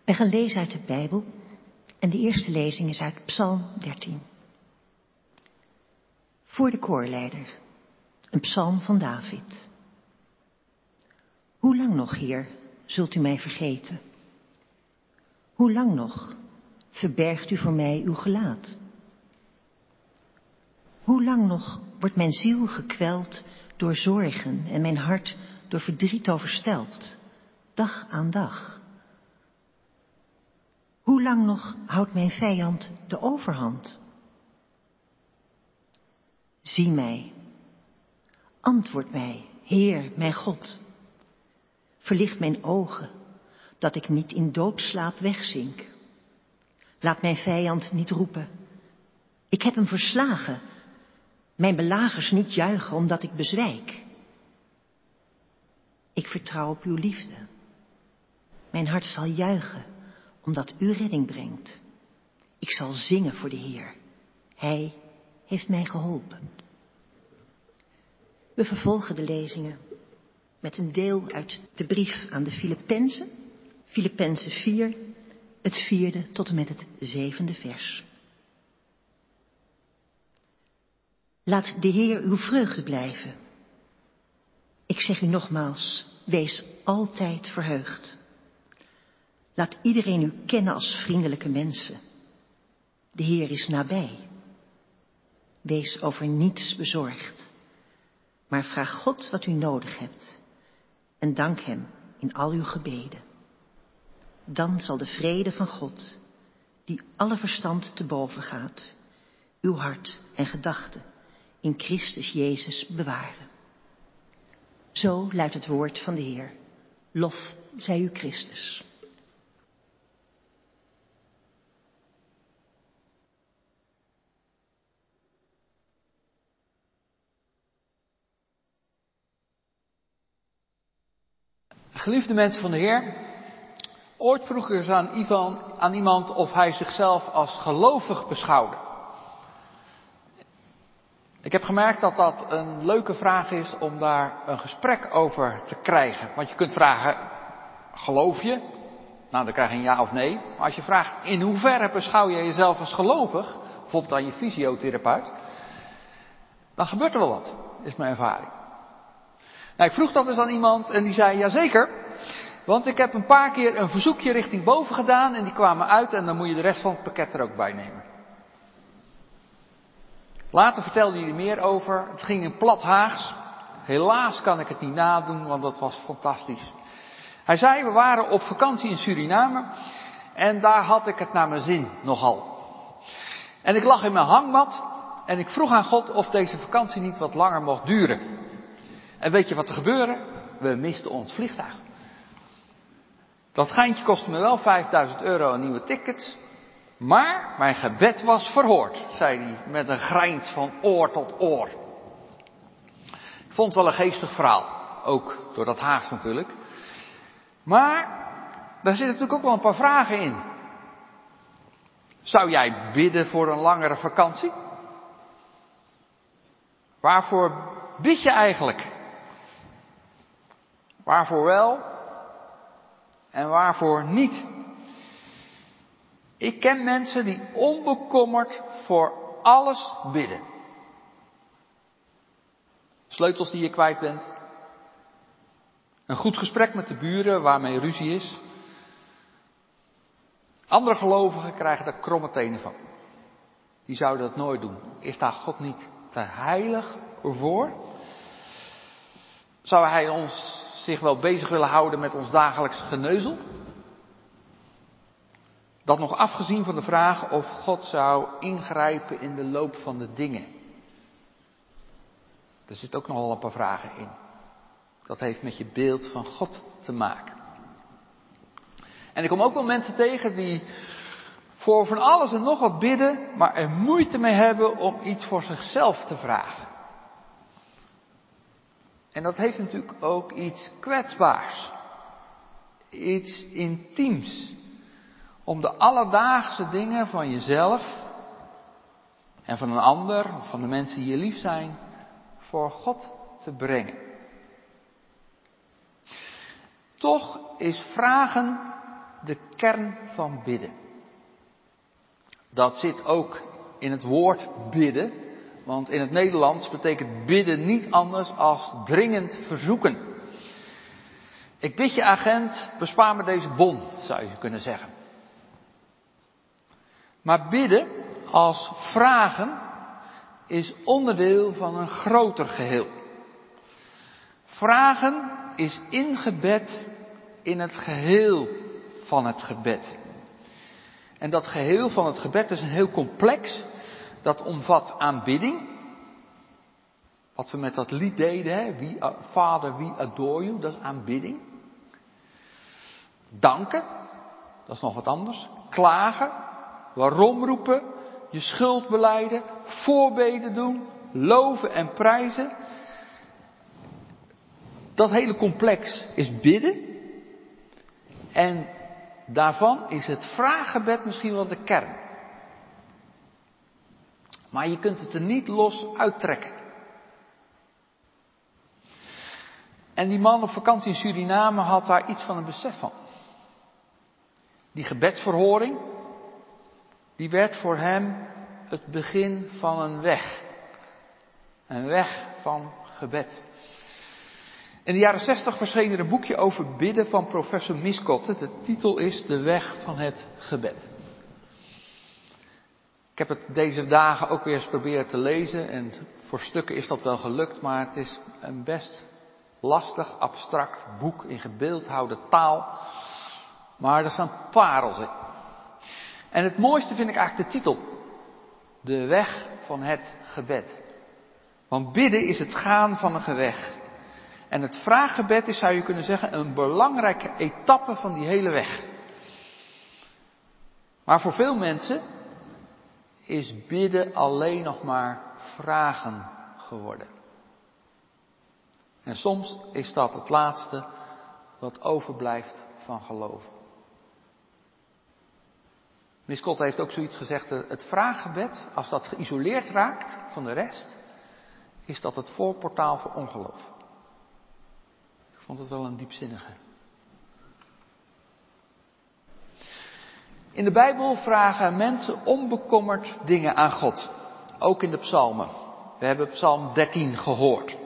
We gaan lezen uit de Bijbel en de eerste lezing is uit Psalm 13. Voor de koorleider, een psalm van David. Hoe lang nog, Heer, zult u mij vergeten? Hoe lang nog verbergt u voor mij uw gelaat? Hoe lang nog wordt mijn ziel gekweld door zorgen en mijn hart door verdriet overstelpt, dag aan dag? Hoe lang nog houdt mijn vijand de overhand? Zie mij, antwoord mij, Heer, mijn God. Verlicht mijn ogen, dat ik niet in doodslaap wegzink. Laat mijn vijand niet roepen, ik heb hem verslagen. Mijn belagers niet juichen, omdat ik bezwijk. Ik vertrouw op uw liefde. Mijn hart zal juichen, omdat u redding brengt. Ik zal zingen voor de Heer. Hij heeft mij geholpen. We vervolgen de lezingen met een deel uit de brief aan de Filippenzen. Filippenzen 4, het 4e tot en met het 7e vers. Laat de Heer uw vreugde blijven. Ik zeg u nogmaals, wees altijd verheugd. Laat iedereen u kennen als vriendelijke mensen. De Heer is nabij. Wees over niets bezorgd, maar vraag God wat u nodig hebt en dank Hem in al uw gebeden. Dan zal de vrede van God, die alle verstand te boven gaat, uw hart en gedachten in Christus Jezus bewaren. Zo luidt het woord van de Heer. Lof zij u Christus. Geliefde mensen van de Heer, ooit vroeg ik eens aan iemand of hij zichzelf als gelovig beschouwde. Ik heb gemerkt dat dat een leuke vraag is om daar een gesprek over te krijgen. Want je kunt vragen, geloof je? Nou, dan krijg je een ja of nee. Maar als je vraagt, in hoeverre beschouw je jezelf als gelovig, bijvoorbeeld aan je fysiotherapeut, dan gebeurt er wel wat, is mijn ervaring. Nou, ik vroeg dat dus aan iemand en die zei, jazeker, want ik heb een paar keer een verzoekje richting boven gedaan en die kwamen uit en dan moet je de rest van het pakket er ook bij nemen. Later vertelde hij er meer over. Het ging in plat Haags. Helaas kan ik het niet nadoen, want dat was fantastisch. Hij zei, we waren op vakantie in Suriname en daar had ik het naar mijn zin nogal. En ik lag in mijn hangmat en ik vroeg aan God of deze vakantie niet wat langer mocht duren. En weet je wat er gebeurde? We misten ons vliegtuig. Dat geintje kostte me wel €5000 aan nieuwe tickets. Maar mijn gebed was verhoord, zei hij met een grijns van oor tot oor. Ik vond het wel een geestig verhaal. Ook door dat Haags natuurlijk. Maar daar zitten natuurlijk ook wel een paar vragen in. Zou jij bidden voor een langere vakantie? Waarvoor bid je eigenlijk? Waarvoor wel en waarvoor niet? Ik ken mensen die onbekommerd voor alles bidden. Sleutels die je kwijt bent. Een goed gesprek met de buren waarmee ruzie is. Andere gelovigen krijgen daar kromme tenen van. Die zouden dat nooit doen. Is daar God niet te heilig voor? Zou hij ons zich wel bezig willen houden met ons dagelijks geneuzel? Dat nog afgezien van de vraag of God zou ingrijpen in de loop van de dingen. Er zitten ook nogal een paar vragen in. Dat heeft met je beeld van God te maken. En ik kom ook wel mensen tegen die voor van alles en nog wat bidden, maar er moeite mee hebben om iets voor zichzelf te vragen. En dat heeft natuurlijk ook iets kwetsbaars. Iets intiems. Om de alledaagse dingen van jezelf en van een ander, of van de mensen die je lief zijn, voor God te brengen. Toch is vragen de kern van bidden. Dat zit ook in het woord bidden, want in het Nederlands betekent bidden niet anders als dringend verzoeken. Ik bid je agent, bespaar me deze bon, zou je kunnen zeggen. Maar bidden als vragen is onderdeel van een groter geheel. Vragen is ingebed in het geheel van het gebed. En dat geheel van het gebed is een heel complex. Dat omvat aanbidding. Wat we met dat lied deden, hè? Father, we adore you, dat is aanbidding. Danken, dat is nog wat anders. Klagen, waarom roepen, je schuld belijden, voorbeden doen, loven en prijzen. Dat hele complex is bidden. En daarvan is het vraaggebed misschien wel de kern. Maar je kunt het er niet los uittrekken. En die man op vakantie in Suriname had daar iets van een besef van. Die gebedsverhoring, die werd voor hem het begin van een weg. Een weg van gebed. In de jaren 60 verscheen er een boekje over bidden van professor Miskotte. De titel is De Weg van het Gebed. Ik heb het deze dagen ook weer eens proberen te lezen en voor stukken is dat wel gelukt, maar het is een best lastig, abstract boek in gebeeldhouwde taal. Maar er staan parels in. En het mooiste vind ik eigenlijk de titel. De Weg van het Gebed. Want bidden is het gaan van een weg. En het vraaggebed is, zou je kunnen zeggen, een belangrijke etappe van die hele weg. Maar voor veel mensen is bidden alleen nog maar vragen geworden. En soms is dat het laatste wat overblijft van geloven. Miskotte heeft ook zoiets gezegd, het vraaggebed, als dat geïsoleerd raakt van de rest, is dat het voorportaal voor ongeloof. Ik vond het wel een diepzinnige. In de Bijbel vragen mensen onbekommerd dingen aan God. Ook in de psalmen. We hebben psalm 13 gehoord.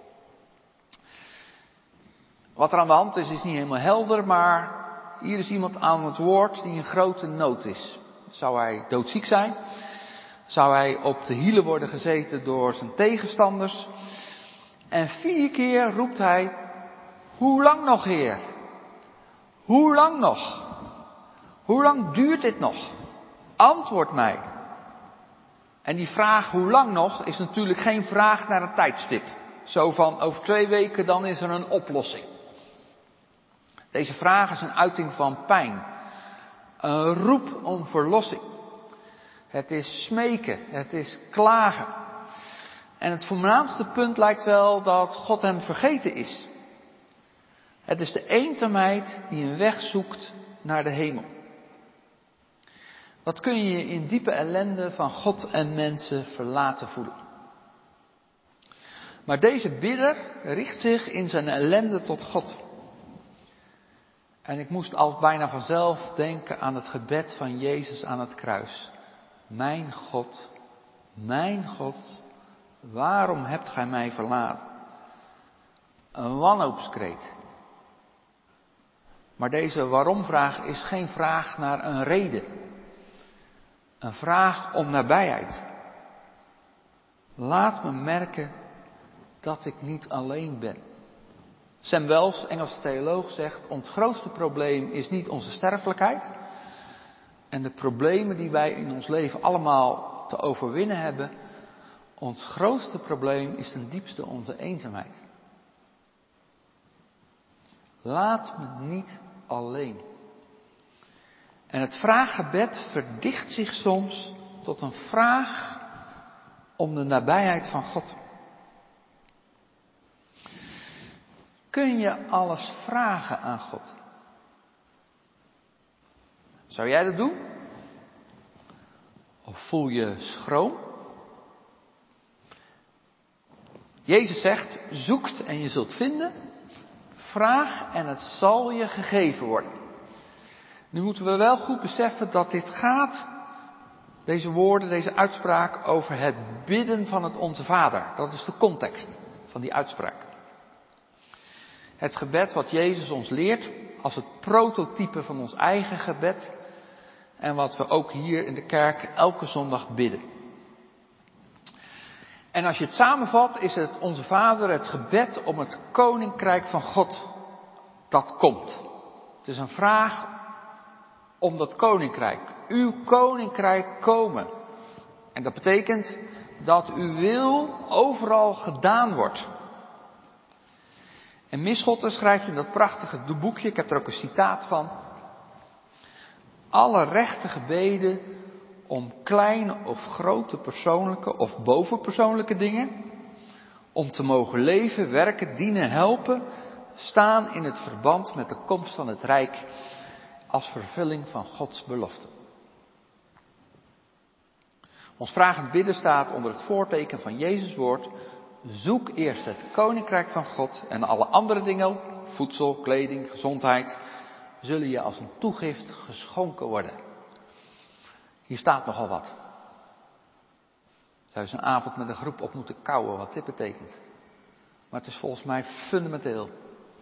Wat er aan de hand is niet helemaal helder, maar hier is iemand aan het woord die in grote nood is. Zou hij doodziek zijn? Zou hij op de hielen worden gezeten door zijn tegenstanders? En 4 keer roept hij, hoe lang nog, Heer? Hoe lang nog? Hoe lang duurt dit nog? Antwoord mij. En die vraag, hoe lang nog, is natuurlijk geen vraag naar een tijdstip. Zo van, over 2 weken dan is er een oplossing. Deze vraag is een uiting van pijn. Een roep om verlossing. Het is smeken, het is klagen. En het voornaamste punt lijkt wel dat God hem vergeten is. Het is de eenzaamheid die een weg zoekt naar de hemel. Wat kun je je in diepe ellende van God en mensen verlaten voelen? Maar deze bidder richt zich in zijn ellende tot God. En ik moest al bijna vanzelf denken aan het gebed van Jezus aan het kruis. Mijn God, waarom hebt gij mij verlaten? Een wanhoopskreet. Maar deze waarom-vraag is geen vraag naar een reden. Een vraag om nabijheid. Laat me merken dat ik niet alleen ben. Sam Wells, Engelse theoloog, zegt, ons grootste probleem is niet onze sterfelijkheid. En de problemen die wij in ons leven allemaal te overwinnen hebben. Ons grootste probleem is ten diepste onze eenzaamheid. Laat me niet alleen. En het vraaggebed verdicht zich soms tot een vraag om de nabijheid van God. Kun je alles vragen aan God? Zou jij dat doen? Of voel je schroom? Jezus zegt, zoekt en je zult vinden. Vraag en het zal je gegeven worden. Nu moeten we wel goed beseffen dat dit gaat, deze woorden, deze uitspraak, over het bidden van het Onze Vader. Dat is de context van die uitspraak. Het gebed wat Jezus ons leert als het prototype van ons eigen gebed. En wat we ook hier in de kerk elke zondag bidden. En als je het samenvat, is het Onze Vader het gebed om het koninkrijk van God dat komt. Het is een vraag om dat koninkrijk. Uw koninkrijk komen. En dat betekent dat uw wil overal gedaan wordt. En Mischotter schrijft in dat prachtige boekje, ik heb er ook een citaat van. Alle rechte gebeden om kleine of grote persoonlijke of bovenpersoonlijke dingen, om te mogen leven, werken, dienen, helpen, staan in het verband met de komst van het Rijk als vervulling van Gods belofte. Ons vragend bidden staat onder het voorteken van Jezus' woord. Zoek eerst het koninkrijk van God en alle andere dingen, voedsel, kleding, gezondheid, zullen je als een toegift geschonken worden. Hier staat nogal wat. Zou je een avond met een groep op moeten kouwen wat dit betekent. Maar het is volgens mij fundamenteel.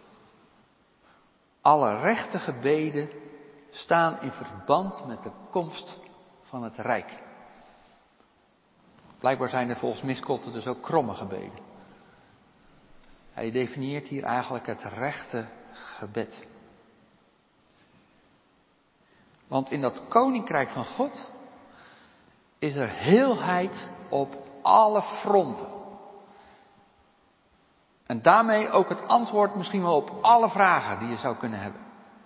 Alle rechte gebeden staan in verband met de komst van het Rijk. Blijkbaar zijn er volgens Mischotter dus ook kromme gebeden. Hij definieert hier eigenlijk het rechte gebed. Want in dat koninkrijk van God is er heelheid op alle fronten. En daarmee ook het antwoord misschien wel op alle vragen die je zou kunnen hebben.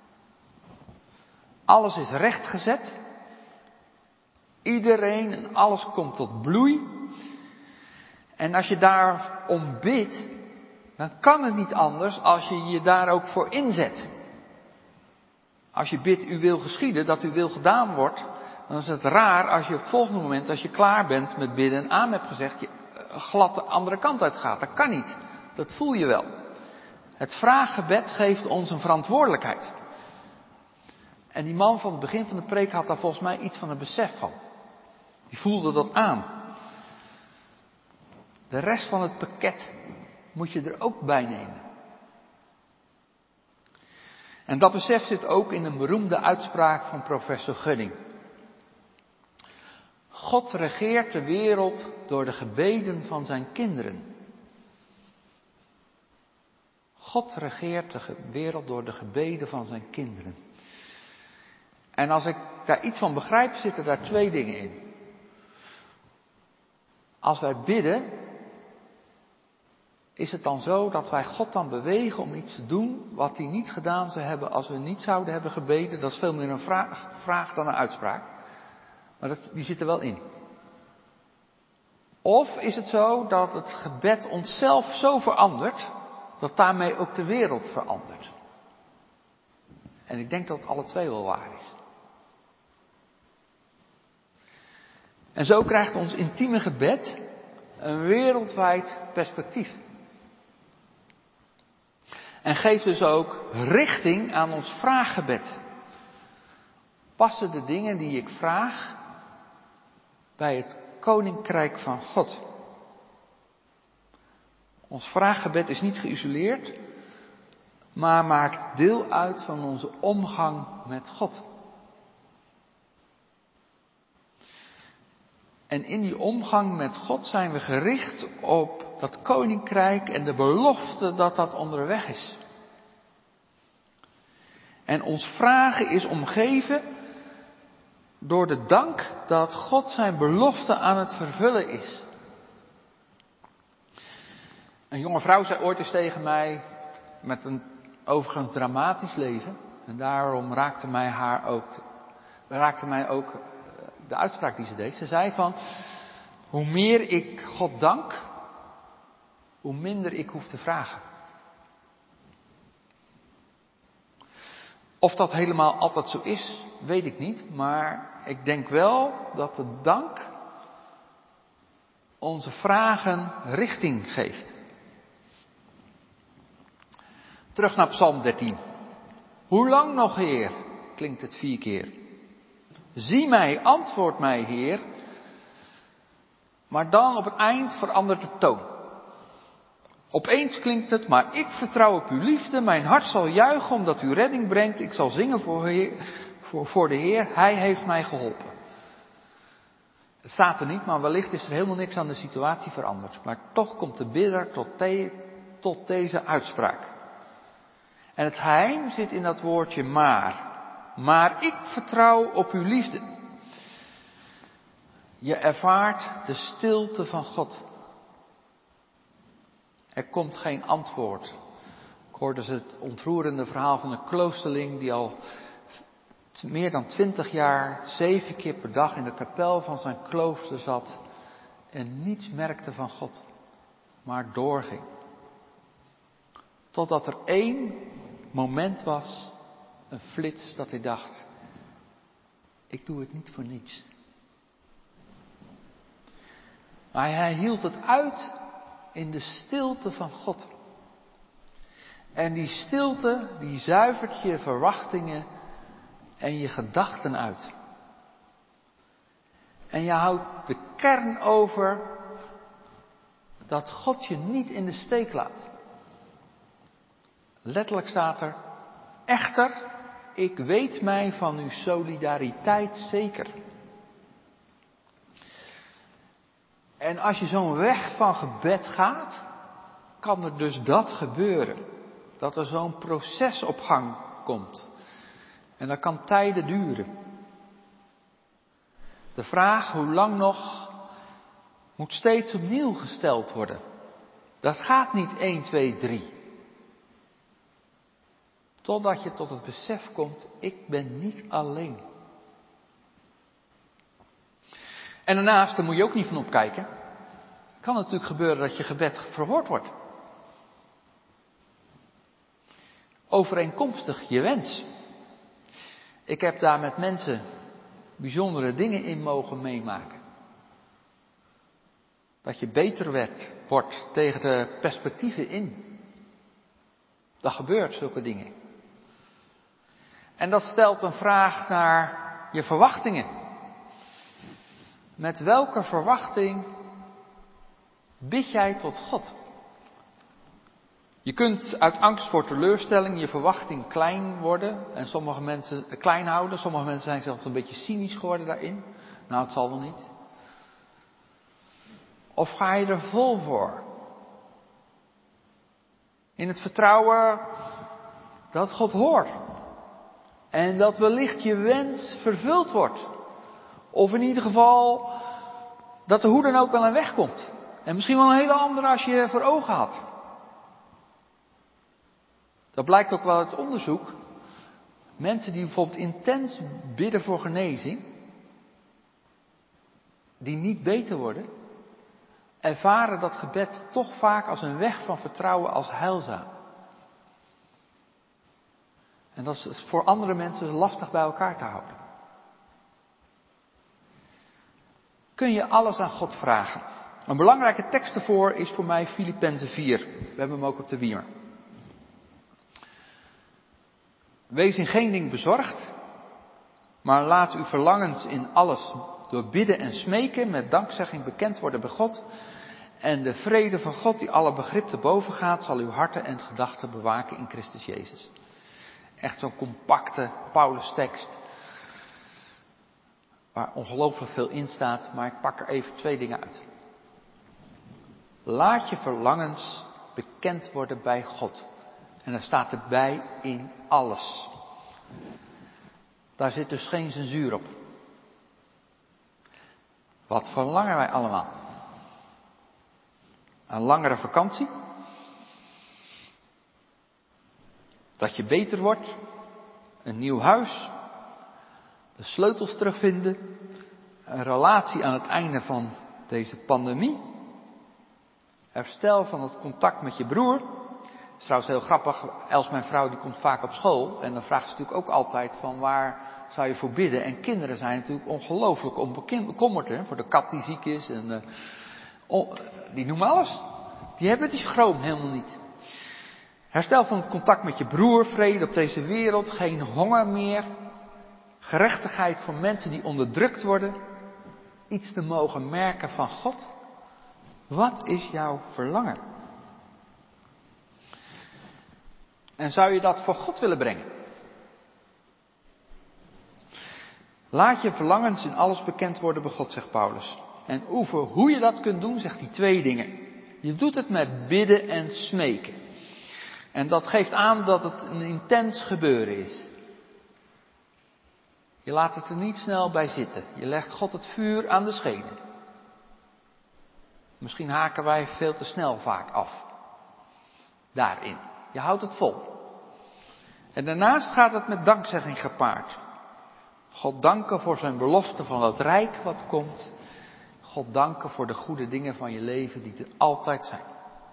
Alles is rechtgezet. Iedereen en alles komt tot bloei. En als je daarom bidt, dan kan het niet anders als je je daar ook voor inzet. Als je bidt, uw wil geschieden, dat uw wil gedaan wordt, dan is het raar als je op het volgende moment, als je klaar bent met bidden en amen hebt gezegd, je glad de andere kant uit gaat. Dat kan niet. Dat voel je wel. Het vraaggebed geeft ons een verantwoordelijkheid. En die man van het begin van de preek had daar volgens mij iets van een besef van. Die voelde dat aan. De rest van het pakket moet je er ook bij nemen. En dat besef zit ook in een beroemde uitspraak van professor Gunning. God regeert de wereld door de gebeden van zijn kinderen. God regeert de wereld door de gebeden van zijn kinderen. En als ik daar iets van begrijp, zitten daar twee dingen in. Als wij bidden, is het dan zo dat wij God dan bewegen om iets te doen wat hij niet gedaan zou hebben als we niet zouden hebben gebeden? Dat is veel meer een vraag dan een uitspraak. Maar die zit er wel in. Of is het zo dat het gebed onszelf zo verandert, dat daarmee ook de wereld verandert? En ik denk dat alle twee wel waar is. En zo krijgt ons intieme gebed een wereldwijd perspectief. En geeft dus ook richting aan ons vraaggebed. Passen de dingen die ik vraag bij het koninkrijk van God? Ons vraaggebed is niet geïsoleerd, maar maakt deel uit van onze omgang met God. En in die omgang met God zijn we gericht op dat koninkrijk en de belofte dat dat onderweg is. En ons vragen is omgeven door de dank dat God zijn belofte aan het vervullen is. Een jonge vrouw zei ooit eens tegen mij, met een overigens dramatisch leven, en daarom raakte mij ook de uitspraak die ze deed. Ze zei van, hoe meer ik God dank, hoe minder ik hoef te vragen. Of dat helemaal altijd zo is, weet ik niet. Maar ik denk wel dat de dank onze vragen richting geeft. Terug naar Psalm 13. Hoe lang nog, Heer, klinkt het 4 keer. Zie mij, antwoord mij, Heer. Maar dan op het eind verandert de toon. Opeens klinkt het, maar ik vertrouw op uw liefde. Mijn hart zal juichen omdat u redding brengt. Ik zal zingen voor de Heer. Hij heeft mij geholpen. Het staat er niet, maar wellicht is er helemaal niks aan de situatie veranderd. Maar toch komt de bidder tot deze uitspraak. En het geheim zit in dat woordje maar. Maar ik vertrouw op uw liefde. Je ervaart de stilte van God. Er komt geen antwoord. Ik hoorde het ontroerende verhaal van een kloosterling die al meer dan 20 jaar, 7 keer per dag in de kapel van zijn klooster zat en niets merkte van God, maar doorging. Totdat er 1 moment was, een flits, dat hij dacht, ik doe het niet voor niets. Maar hij hield het uit in de stilte van God. En die stilte, die zuivert je verwachtingen en je gedachten uit. En je houdt de kern over dat God je niet in de steek laat. Letterlijk staat er, echter, ik weet mij van uw solidariteit zeker. En als je zo'n weg van gebed gaat, kan er dus dat gebeuren. Dat er zo'n proces op gang komt. En dat kan tijden duren. De vraag hoe lang nog moet steeds opnieuw gesteld worden. Dat gaat niet 1, 2, 3. Totdat je tot het besef komt, ik ben niet alleen. En daarnaast, daar moet je ook niet van opkijken. Het kan natuurlijk gebeuren dat je gebed verhoord wordt. Overeenkomstig je wens. Ik heb daar met mensen bijzondere dingen in mogen meemaken. Dat je beter wordt tegen de perspectieven in. Dat gebeurt, zulke dingen. En dat stelt een vraag naar je verwachtingen. Met welke verwachting bid jij tot God? Je kunt uit angst voor teleurstelling je verwachting klein worden en sommige mensen klein houden. Sommige mensen zijn zelfs een beetje cynisch geworden daarin. Nou, het zal wel niet. Of ga je er vol voor? In het vertrouwen dat God hoort. En dat wellicht je wens vervuld wordt. Of in ieder geval dat er hoe dan ook wel een weg komt. En misschien wel een hele andere als je voor ogen had. Dat blijkt ook wel uit onderzoek. Mensen die bijvoorbeeld intens bidden voor genezing. Die niet beter worden. Ervaren dat gebed toch vaak als een weg van vertrouwen als heilzaam. En dat is voor andere mensen lastig bij elkaar te houden. Kun je alles aan God vragen? Een belangrijke tekst ervoor is voor mij Filippenzen 4. We hebben hem ook op de wiemer. Wees in geen ding bezorgd, maar laat uw verlangens in alles door bidden en smeken met dankzegging bekend worden bij God. En de vrede van God die alle begrip te boven gaat, zal uw harten en gedachten bewaken in Christus Jezus. Echt zo'n compacte Paulus-tekst. Waar ongelooflijk veel in staat, maar ik pak er even 2 dingen uit. Laat je verlangens bekend worden bij God. En daar staat erbij in alles. Daar zit dus geen censuur op. Wat verlangen wij allemaal? Een langere vakantie? Dat je beter wordt? Een nieuw huis? De sleutels terugvinden? Een relatie aan het einde van deze pandemie? Herstel van het contact met je broer? Het is trouwens heel grappig, Els, mijn vrouw, die komt vaak op school. En dan vraagt ze natuurlijk ook altijd van waar zou je voor bidden. En kinderen zijn natuurlijk ongelooflijk onbekommerd. Voor de kat die ziek is. En, die noemen alles. Die hebben die schroom helemaal niet. Herstel van het contact met je broer, vrede op deze wereld, geen honger meer. Gerechtigheid voor mensen die onderdrukt worden. Iets te mogen merken van God. Wat is jouw verlangen? En zou je dat voor God willen brengen? Laat je verlangens in alles bekend worden bij God, zegt Paulus. En oefen hoe je dat kunt doen, zegt hij 2 dingen. Je doet het met bidden en smeken. En dat geeft aan dat het een intens gebeuren is. Je laat het er niet snel bij zitten. Je legt God het vuur aan de schenen. Misschien haken wij veel te snel vaak af. Daarin. Je houdt het vol. En daarnaast gaat het met dankzegging gepaard. God danken voor zijn belofte van het rijk wat komt. God danken voor de goede dingen van je leven die er altijd zijn.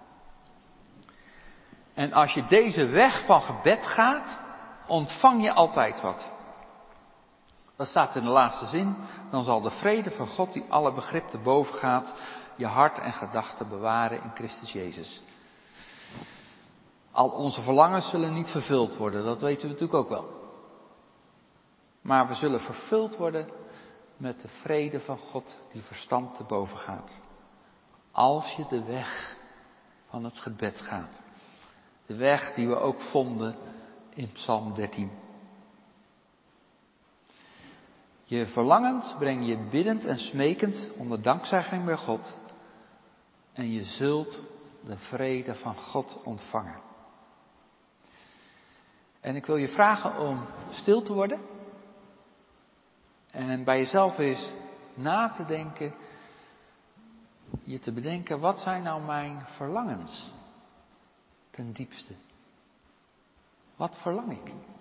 En als je deze weg van gebed gaat, ontvang je altijd wat. Dat staat in de laatste zin. Dan zal de vrede van God die alle begrip te boven gaat, je hart en gedachten bewaren in Christus Jezus. Al onze verlangens zullen niet vervuld worden, dat weten we natuurlijk ook wel. Maar we zullen vervuld worden met de vrede van God die verstand te boven gaat. Als je de weg van het gebed gaat. De weg die we ook vonden in Psalm 13. Je verlangens breng je biddend en smekend onder dankzegging bij God. En je zult de vrede van God ontvangen. En ik wil je vragen om stil te worden. En bij jezelf eens na te denken. Je te bedenken, wat zijn nou mijn verlangens? Ten diepste. Wat verlang ik?